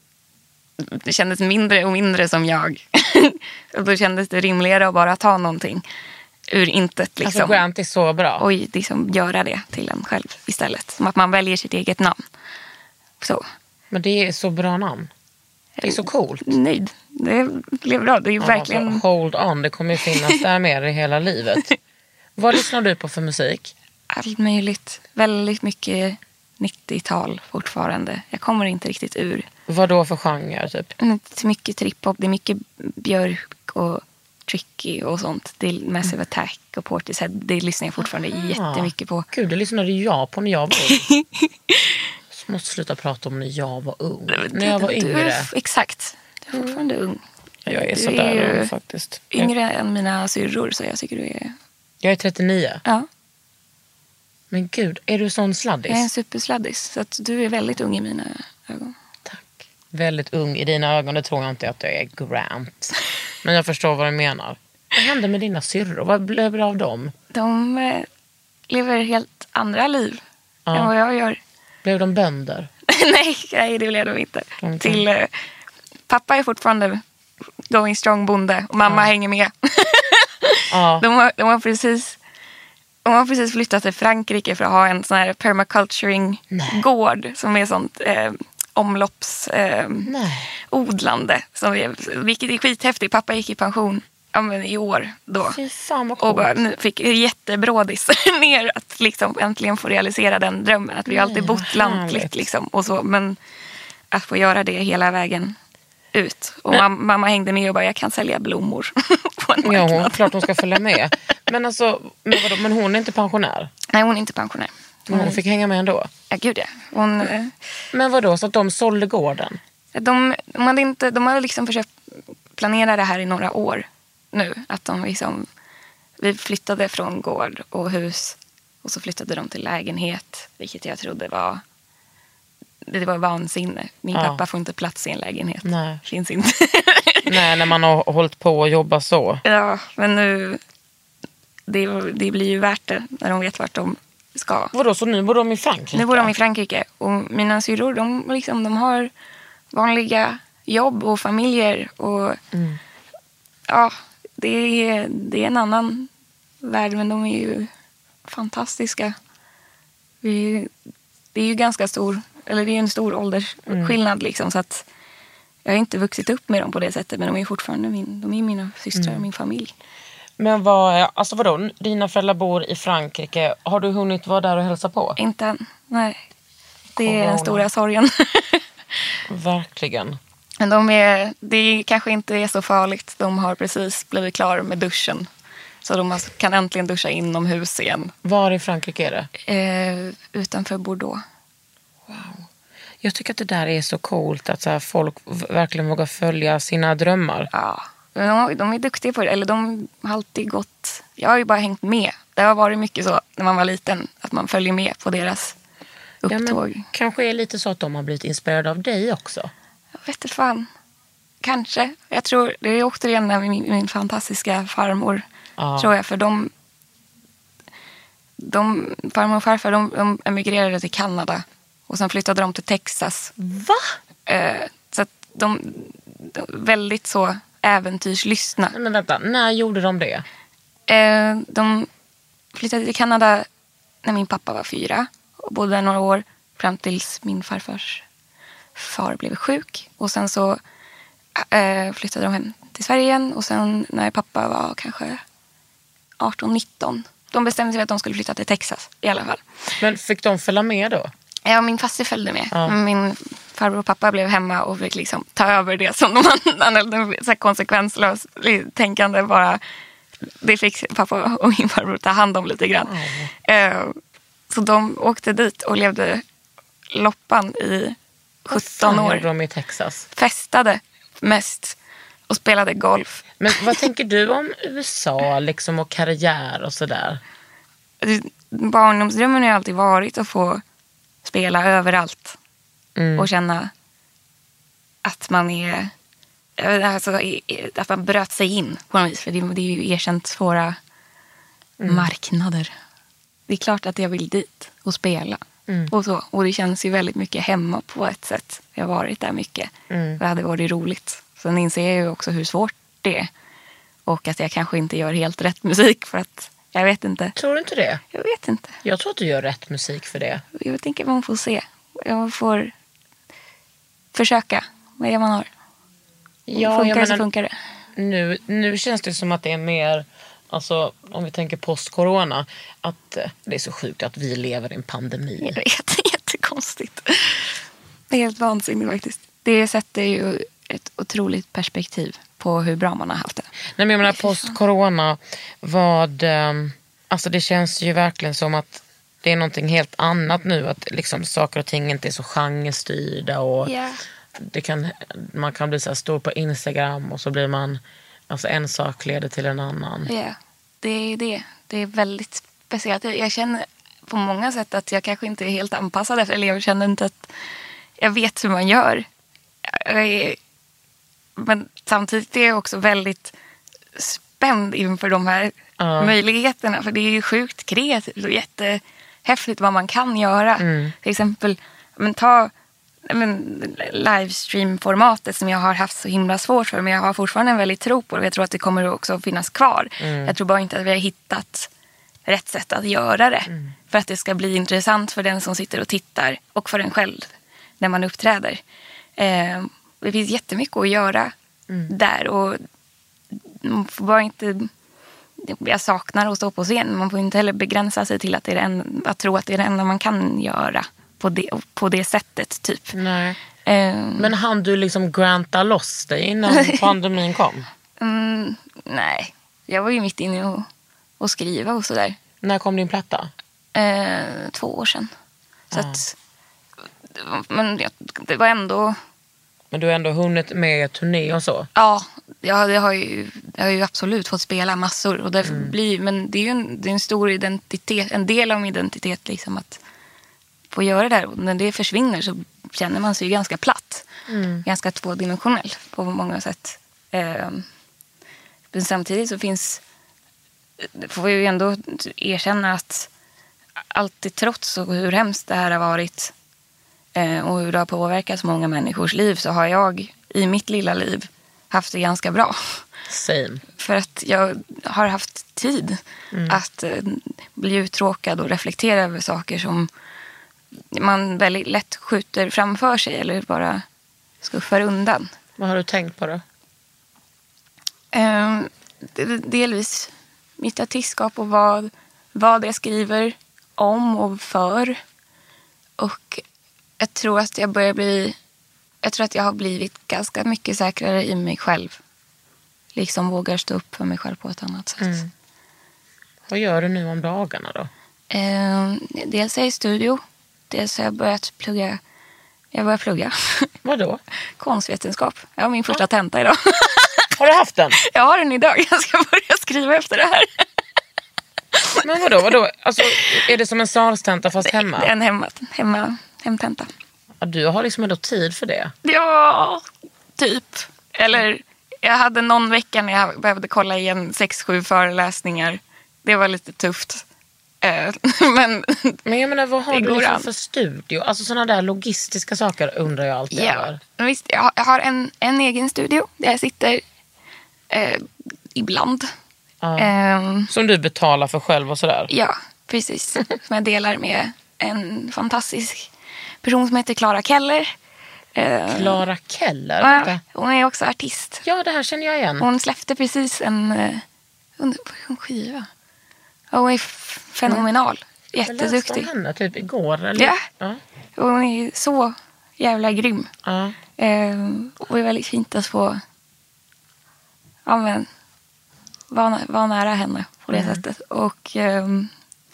Det kändes mindre och mindre som jag. Och då kändes det rimligare att bara ta någonting ur intet. Liksom. Alltså Grant är så bra. Och liksom göra det till en själv istället. Som att man väljer sitt eget namn. Så. Men det är så bra namn. Det är så coolt. Nöjd. Det blev bra. Det är ju ja, verkligen... Alltså, hold on, det kommer ju finnas där med i hela livet. Vad lyssnar du på för musik? Allt möjligt. Väldigt mycket nittiotal fortfarande. Jag kommer inte riktigt ur. Vad då för genre typ? Det är mycket trip-hop. Det är mycket Björk och Tricky och sånt. Det är Massive mm. Attack och Portishead. Det lyssnar jag fortfarande ah, jättemycket på. Gud, det lyssnade jag på när jag var ung. Så måste sluta prata om när jag var ung. När jag var yngre. Du, exakt. Du är fortfarande ung. Jag är så där ung faktiskt. Yngre jag... än mina syrror, så jag tycker du är... Jag är trettionio. Ja. Men gud, är du sån sladdis? Jag är en supersladdis. Så att du är väldigt ung i mina ögon. Tack. Väldigt ung i dina ögon, det tror jag inte att du är Grant. Men jag förstår vad du menar. Vad hände med dina syrror? Vad blev det av dem? De eh, lever helt andra liv ja. än vad jag gör. Blev de bönder? nej, nej, det blev de inte. De Till, eh, pappa är fortfarande going strong bonde och mamma ja. hänger med. ja. de, har, de har precis... De har precis flyttat till Frankrike för att ha en sån här permaculturing-gård som är sånt eh, omloppsodlande. Eh, som är, vilket är skithäftigt. Pappa gick i pension ja, men i år då. Fy fan vad coolt. Och bara, nu fick jättebrådis ner att liksom äntligen få realisera den drömmen. Att vi Nej, alltid bott lantligt liksom, och så. Men att få göra det hela vägen ut. Och mamma, mamma hängde med och bara, jag kan sälja blommor på en marknad. Ja, klart hon ska följa med. Men alltså, men, vadå, men hon är inte pensionär? Nej, hon är inte pensionär. Hon, hon fick hänga med ändå? Ja, gud ja. Hon, eh, men vadå, så att de sålde gården? De, de, hade inte, de hade liksom försökt planera det här i några år nu. Att de liksom, vi flyttade från gård och hus och så flyttade de till lägenhet. Vilket jag trodde var, det var vansinne. Min ja. pappa får inte plats i en lägenhet. Nej. Finns inte. Nej, när man har hållit på och jobbat så. Ja, men nu, det, det blir ju värt det när de vet vart de ska. Vadå, så nu bor de i Frankrike? Nu bor de i Frankrike. Och mina syrror, de, liksom, de har vanliga jobb och familjer. Och mm. ja, det är, det är en annan värld, men de är ju fantastiska. Vi, det är ju ganska stor, eller det är en stor åldersskillnad mm. liksom, så att jag har inte vuxit upp med dem på det sättet, men de är fortfarande min, de är mina systrar och mm. min familj. Men vad, alltså vadå, dina föräldrar bor i Frankrike. Har du hunnit vara där och hälsa på? Inte än, nej. Det är den stora sorgen. Verkligen. Men de är, det kanske inte är så farligt. De har precis blivit klara med duschen. Så de kan äntligen duscha inomhus igen. Var i Frankrike är det? Eh, utanför Bordeaux. Wow. Jag tycker att det där är så coolt att så här, folk verkligen vågar följa sina drömmar. Ja, de, de är duktiga på det. Eller de har alltid gått... Jag har ju bara hängt med. Det har varit mycket så när man var liten. Att man följer med på deras upptåg. Ja, kanske är lite så att de har blivit inspirerade av dig också. Jag vet inte fan. Kanske. Jag tror det är återigen med min, min fantastiska farmor. Ja. Tror jag. För de... de farmor och farfar de, de emigrerade till Kanada. Och sen flyttade de till Texas. Va? Eh, så att de, de väldigt så äventyrslystna. Nej, men vänta, när gjorde de det? Eh, de flyttade till Kanada när min pappa var fyra. Och bodde där några år fram tills min farfars far blev sjuk. Och sen så eh, flyttade de hem till Sverige igen. Och sen när pappa var kanske arton nitton. De bestämde sig för att de skulle flytta till Texas i alla fall. Men fick de följa med då? Ja, min faster följde med. Ja. Min farbror och pappa blev hemma och fick liksom ta över det som de hade konsekvenslöst tänkande bara. Det fick pappa och min farbror ta hand om lite grann. Mm. Så de åkte dit och levde loppan i sjutton år. Vad gjorde de i Texas? Festade mest och spelade golf. Men vad tänker du om U S A liksom, och karriär och sådär? Barndomsdrömmen har ju alltid varit att få spela överallt. Mm. Och känna att man är... Alltså, att man bröt sig in på något vis. För det, det är ju erkänt svåra mm. marknader. Det är klart att jag vill dit och spela. Mm. Och, så. Och det känns ju väldigt mycket hemma på ett sätt. Jag har varit där mycket. Mm. Det hade varit roligt. Sen inser jag ju också hur svårt det är. Och att jag kanske inte gör helt rätt musik för att jag vet inte. Tror du inte det? Jag vet inte. Jag tror att du gör rätt musik för det. Jag tänker att man får se. Jag får försöka med det man har. Ja, funkar jag menar, så funkar det. Nu, nu känns det som att det är mer, alltså om vi tänker post-corona, att det är så sjukt att vi lever i en pandemi. Jag vet, det är jättekonstigt. Det är helt vansinnigt faktiskt. Det sätter ju ett otroligt perspektiv på hur bra man har haft det. Nej, men jag menar post-corona, vad, alltså det känns ju verkligen som att det är någonting helt annat nu, att liksom saker och ting inte är så genrestyrda och yeah. det kan, man kan bli så här stor på Instagram och så blir man, alltså en sak leder till en annan. Ja, yeah. det är det. Det är väldigt speciellt. Jag känner på många sätt att jag kanske inte är helt anpassad efter, eller jag känner inte att jag vet hur man gör. Jag är, men samtidigt är jag också väldigt spänd inför de här uh. möjligheterna, för det är ju sjukt kreativt och jättehäftigt vad man kan göra. Mm. Till exempel, men ta men, livestream-formatet som jag har haft så himla svårt för, men jag har fortfarande en väldigt tro på det. Jag tror att det kommer också finnas kvar. Mm. Jag tror bara inte att vi har hittat rätt sätt att göra det. Mm. För att det ska bli intressant för den som sitter och tittar och för en själv när man uppträder. Eh, det finns jättemycket att göra mm. där, och man får bara inte, jag saknar att stå på scen. Man får inte heller begränsa sig till att, det är en, att tro att det är det enda man kan göra på det, på det sättet typ. Nej. Eh, Men hann du liksom granta loss dig innan pandemin kom? Mm, nej, jag var ju mitt inne och, och skriva och sådär. När kom din platta? Eh, två år sedan. Så Ah. att, men det, det var ändå... Men du har ändå hunnit med turné och så? Ja, ja det har ju, jag har ju absolut fått spela massor. Och det mm. blir, men det är ju en, det är en stor identitet, en del av min identitet liksom, att få göra det där. Och när det försvinner så känner man sig ju ganska platt. Mm. Ganska tvådimensionell på många sätt. Eh, men samtidigt så finns... får jag ju ändå erkänna att alltid trots och hur hemskt det här har varit eh, och hur det har påverkat så många människors liv, så har jag i mitt lilla liv haft det ganska bra. Same. För att jag har haft tid mm. att eh, bli uttråkad och reflektera över saker som man väldigt lätt skjuter framför sig eller bara skuffar undan. Vad har du tänkt på då? Eh, delvis mitt artistskap och vad, vad jag skriver om och för. Och jag tror att jag börjar bli... Jag tror att jag har blivit ganska mycket säkrare i mig själv. Liksom vågar stå upp för mig själv på ett annat sätt. Mm. Vad gör du nu om dagarna då? Eh, dels är jag i studio. Dels har jag börjat plugga... Jag börjar plugga. Vad då? Konstvetenskap. Jag har min första tenta idag. Har du haft den? Jag har den idag. Jag ska börja skriva efter det här. Men vadå? vadå? Alltså, är det som en salstenta fast hemma? Det är en hemma, hemma, hemtenta. Ja, du har liksom ändå tid för det? Ja, typ. Eller jag hade någon vecka när jag behövde kolla igen sex, sju föreläsningar. Det var lite tufft. Men, Men jag menar, vad har du liksom för studio? Alltså sådana där logistiska saker undrar jag alltid ja, över. Visst, jag har, jag har en, en egen studio där jag sitter eh, ibland. Ja. Eh, Som du betalar för själv och sådär? Ja, precis. Som jag delar med en fantastisk person som heter Clara Keller. Clara Keller? Ja, hon är också artist. Ja, det här känner jag igen. Hon släppte precis en, en, en skiva. Hon är fenomenal. Jätteduktig. Jag läste om henne typ igår. Eller? Ja. ja. Hon är så jävla grym. Ja. Ehm, och det är väldigt fint att få ja, men, vara, vara nära henne på det mm. sättet. Och um,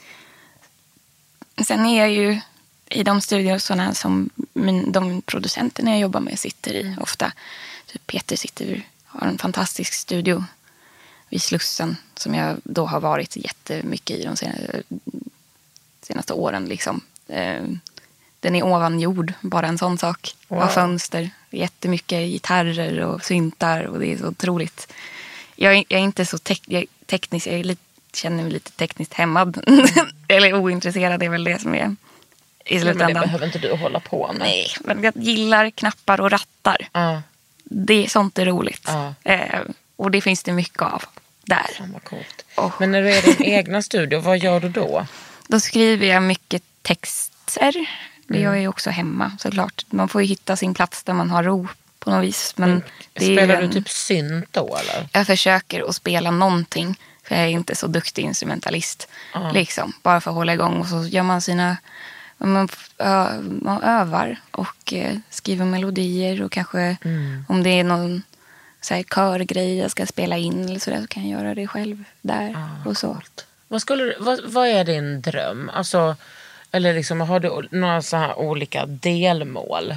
sen är jag ju i de studiosarna som min, de producenterna jag jobbar med sitter i ofta. Typ Peter sitter har en fantastisk studio vid Slussen som jag då har varit jättemycket i de senaste, senaste åren. Liksom. Eh, den är ovan jord, bara en sån sak. Wow. Har fönster, jättemycket gitarrer och syntar och det är så otroligt. Jag är, jag är inte så tek- jag är teknisk, jag är lite, känner mig lite tekniskt hämmad. Eller ointresserad, det är väl det som är i slutändan. Men det behöver inte du hålla på med. Nej, men jag gillar knappar och rattar. Uh. Det, sånt är roligt. Uh. Eh, och det finns det mycket av där. Fan vad coolt. Oh. Men när du är i din egna studio, vad gör du då? Då skriver jag mycket texter. Det mm. gör jag ju också hemma, såklart. Man får ju hitta sin plats där man har ro på något vis. Men mm. det Spelar är, du typ synt då, eller? Jag försöker att spela någonting. För jag är inte så duktig instrumentalist. Uh. Liksom, bara för att hålla igång. Och så gör man sina... Man, ö, man övar och eh, skriver melodier. Och kanske mm. om det är någon så här körgrej jag ska spela in eller så, där, så kan jag göra det själv där. Uh, och så. Coolt. Vad, skulle du, vad, vad är din dröm? Alltså... Eller liksom, har du några så här olika delmål?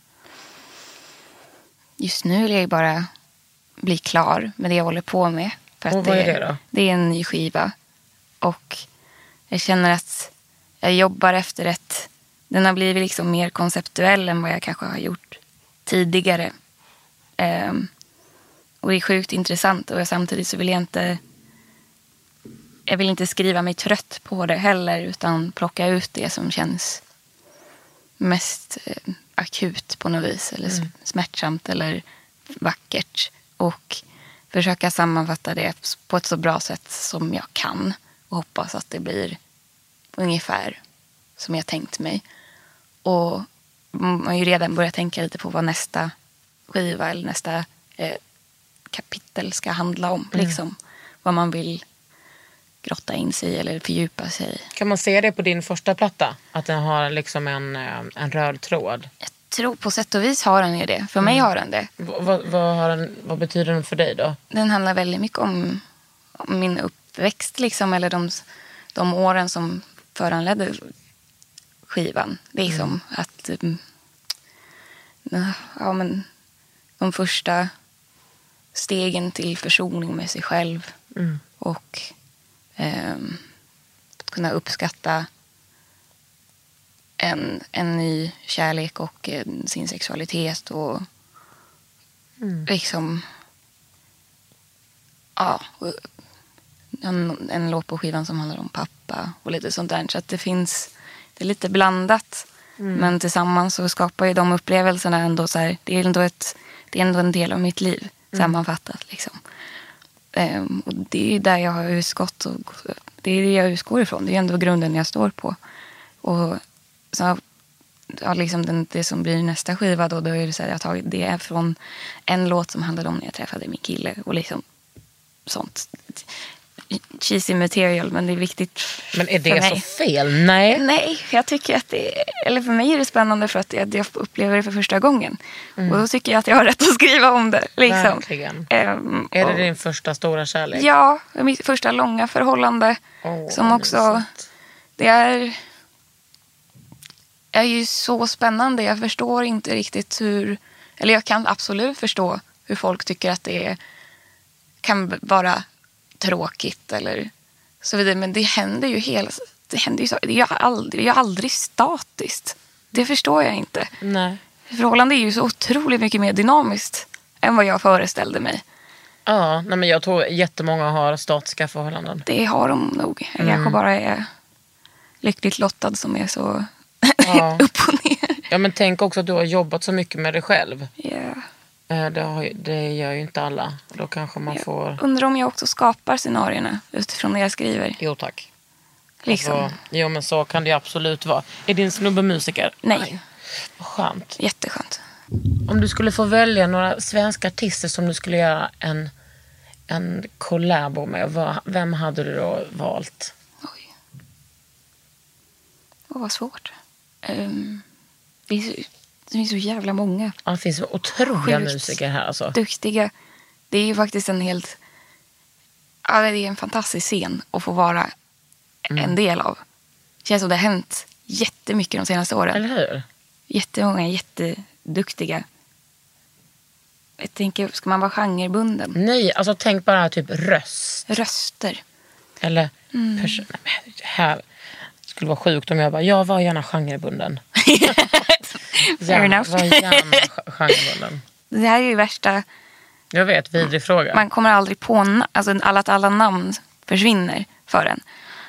Just nu vill jag bara bli klar med det jag håller på med. För att och vad det, är det då? Det är en ny skiva. Och jag känner att jag jobbar efter ett... Den har blivit liksom mer konceptuell än vad jag kanske har gjort tidigare. Um, och det är sjukt intressant. Och jag, samtidigt så vill jag inte... Jag vill inte skriva mig trött på det heller, utan plocka ut det som känns mest eh, akut på något vis. Eller mm. smärtsamt eller vackert. Och försöka sammanfatta det på ett så bra sätt som jag kan. Och hoppas att det blir ungefär som jag tänkt mig. Och man har ju redan börjat tänka lite på vad nästa skiva eller nästa eh, kapitel ska handla om. Mm. Liksom, vad man vill grotta in sig eller fördjupa sig. Kan man se det på din första platta? Att den har liksom en, en röd tråd? Jag tror på sätt och vis har den ju det. För mm. mig har den det. V- vad, vad, har den, vad betyder den för dig då? Den handlar väldigt mycket om, om min upp, uppväxt liksom, eller de, de åren som föranledde skivan. Det är mm. som att ja, men, de första stegen till försoning med sig själv mm. och eh, att kunna uppskatta en, en ny kärlek och eh, sin sexualitet och mm. liksom ja, en, en låt på skivan som handlar om pappa och lite sånt där. Så att det finns, det är lite blandat. Mm. Men tillsammans så skapar ju de upplevelserna ändå så här, det är ändå, ett, det är ändå en del av mitt liv mm. sammanfattat liksom. Um, och det är ju där jag har utgått och det är det jag utgår ifrån. Det är ändå grunden jag står på. Och så ja, liksom den, det som blir nästa skiva då, då är det så här, jag har tagit det är från en låt som handlade om när jag träffade min kille och liksom sånt cheesy material, men det är viktigt. Men är det så fel? Nej. Nej, jag tycker att det är, eller för mig är det spännande för att jag, jag upplever det för första gången. Mm. Och då tycker jag att jag har rätt att skriva om det. Liksom. Verkligen. Um, är det och, din första stora kärlek? Ja, mitt första långa förhållande. Oh, som också, det är, är ju så spännande. Jag förstår inte riktigt hur, eller jag kan absolut förstå hur folk tycker att det är, kan vara tråkigt eller så vidare, men det händer ju hela det händer ju så, det är aldrig, jag är aldrig statiskt. Det förstår jag inte. Nej. Förhållande är ju så otroligt mycket mer dynamiskt än vad jag föreställde mig. Ja, nej, men jag tror jättemånga har statiska förhållanden. Det har de nog. Jag mm. kanske bara är lyckligt lottad som är så ja. upp och ner. Ja, men tänk också att du har jobbat så mycket med dig själv. Ja. Yeah. Det, har, det gör ju inte alla. Då kanske man jag får... undrar om jag också skapar scenarierna utifrån det jag skriver. Jo, tack. Liksom. Alltså, jo, men så kan det absolut vara. Är din snubbe musiker? Nej. Aj, vad skönt. Jätteskönt. Om du skulle få välja några svenska artister som du skulle göra en, en collabo med, vad, vem hade du då valt? Oj. Det var svårt. Um, det är så... Det finns så jävla många. Ja, det finns otroliga Sjukt musiker här alltså. Duktiga. Det är ju faktiskt en helt... Ja, det är en fantastisk scen att få vara mm. en del av. Det känns som det har hänt jättemycket de senaste åren. Eller hur? Jättemånga jätteduktiga. Jag tänker, ska man vara genrebunden? Nej, alltså tänk bara typ röst. Röster. Eller mm. person... Nej, här skulle vara sjukt om jag bara, jag var gärna genrebunden. Fair enough. Var gärna genrebunden. Det här är ju värsta... Jag vet, vidrig fråga. Man kommer aldrig på... Alltså alla, att alla namn försvinner för en.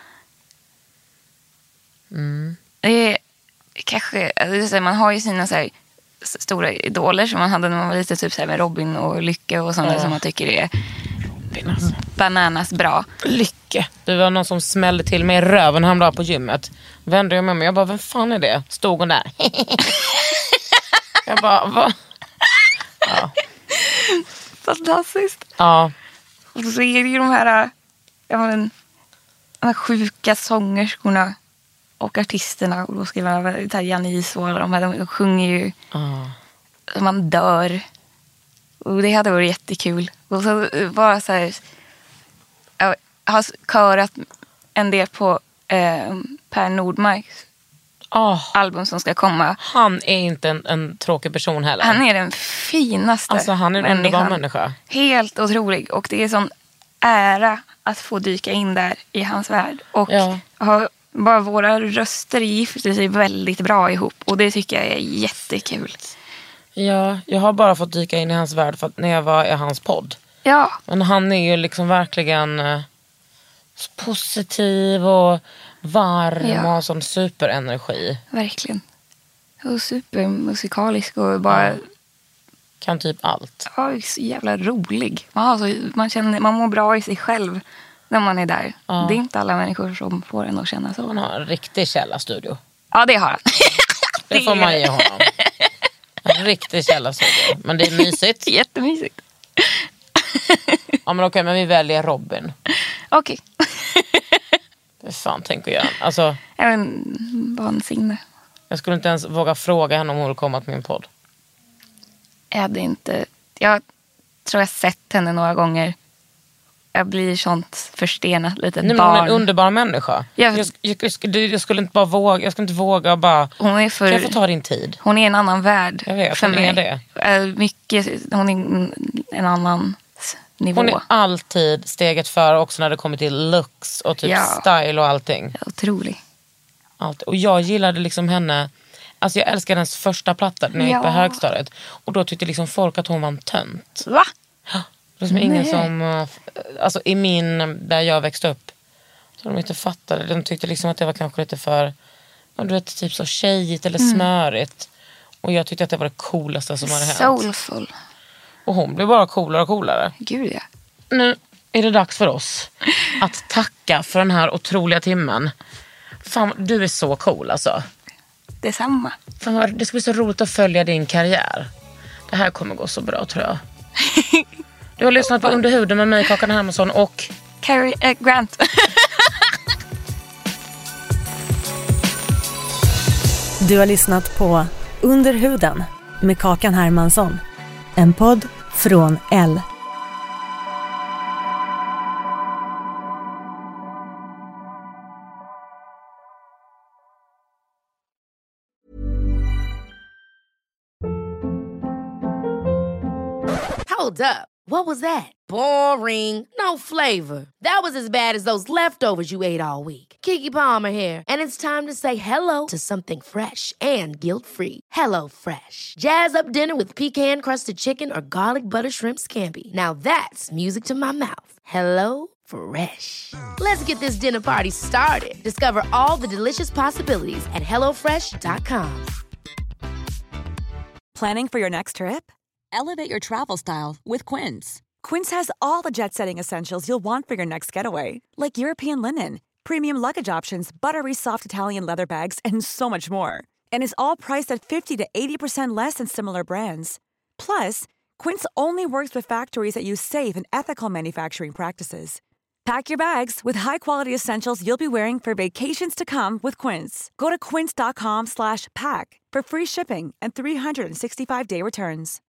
Mm. Det är kanske... Alltså, man har ju sina så här, stora idoler som man hade när man var lite typ så här, med Robin och Lycke och sådana oh. som man tycker är bananas bra. Lycke. Det var någon som smällde till mig i röven han var på gymmet. Vände jag med mig. Jag bara, vem fan är det? Stod hon där? Jag bara, vad? Ja. Fantastiskt. Ja. Och så är det ju de här, ja, men, de här sjuka sångerskorna och artisterna. Och då skriver man Janis och alla de här, de sjunger ju ja. Man dör. Och det hade varit jättekul. Och så bara så här, jag har körat en del på eh, Per Nordmarks oh. album som ska komma. Han är inte en, en tråkig person heller. Han är den finaste. Alltså han är en underbar människa. Helt otrolig. Och det är sån ära att få dyka in där i hans värld. Och ja. ha, bara våra röster gifter sig väldigt bra ihop. Och det tycker jag är jättekul. Ja, jag har bara fått dyka in i hans värld för att när jag var i hans podd. Ja. Men han är ju liksom verkligen eh, positiv och varm ja. och har sån superenergi. Verkligen. Och supermusikalisk och bara... Ja. Kan typ allt. Ja, så jävla rolig. Man, har så, man, känner, man mår bra i sig själv när man är där. Ja. Det är inte alla människor som får en att känna så. Han har en riktig källarstudio. Ja, det har han. det får man ge honom. En riktig källarstudio. Men det är mysigt. Jättemysigt. Ja, men okej, men vi väljer Robin. Okej. Det är fan, tänker jag. Alltså, även vansinne. Jag skulle inte ens våga fråga henne om hon vill komma till min podd. Jag hade inte... Jag tror jag sett henne några gånger. jag blir sånt förstenat litet Nej, barn. Hon är en underbar människa. Jag, jag, jag, jag, jag skulle inte bara våga, jag skulle inte våga bara, hon är för, kan jag få ta din tid? Hon är en annan värld. Jag vet, för hon mig. är det. Mycket, hon är en annan nivå. Hon är alltid steget före också när det kommer till looks och typ ja. style och allting. Otrolig. Allt. Och jag gillade liksom henne. Alltså jag älskade hennes första platta när jag ja. gick på högstadiet. Och då tyckte liksom folk att hon var en tönt. Va? Det var ingen som, alltså i min, där jag växte upp, så de inte fattade. De tyckte liksom att det var kanske lite för, du vet, typ så tjejigt eller mm. smörigt. Och jag tyckte att det var det coolaste som hade hänt. Soulful. Och hon blev bara coolare och coolare. Gud ja. Nu är det dags för oss att tacka för den här otroliga timmen. Fan, du är så cool alltså. Detsamma. Fan, det ska bli så roligt att följa din karriär. Det här kommer gå så bra, tror jag. Du har lyssnat på Under huden med mig, Kakan Hermansson och Carrie äh, Grant. Du har lyssnat på Under huden med Kakan Hermansson. En podd från L. Hold up. What was that? Boring. No flavor. That was as bad as those leftovers you ate all week. Keke Palmer here, and it's time to say hello to something fresh and guilt-free. Hello Fresh. Jazz up dinner with pecan-crusted chicken or garlic butter shrimp scampi. Now that's music to my mouth. Hello Fresh. Let's get this dinner party started. Discover all the delicious possibilities at hello fresh dot com. Planning for your next trip? Elevate your travel style with Quince. Quince has all the jet-setting essentials you'll want for your next getaway, like European linen, premium luggage options, buttery soft Italian leather bags, and so much more. And is all priced at fifty to eighty percent less than similar brands. Plus, Quince only works with factories that use safe and ethical manufacturing practices. Pack your bags with high-quality essentials you'll be wearing for vacations to come with Quince. Go to quince dot com slash pack for free shipping and three sixty-five day returns.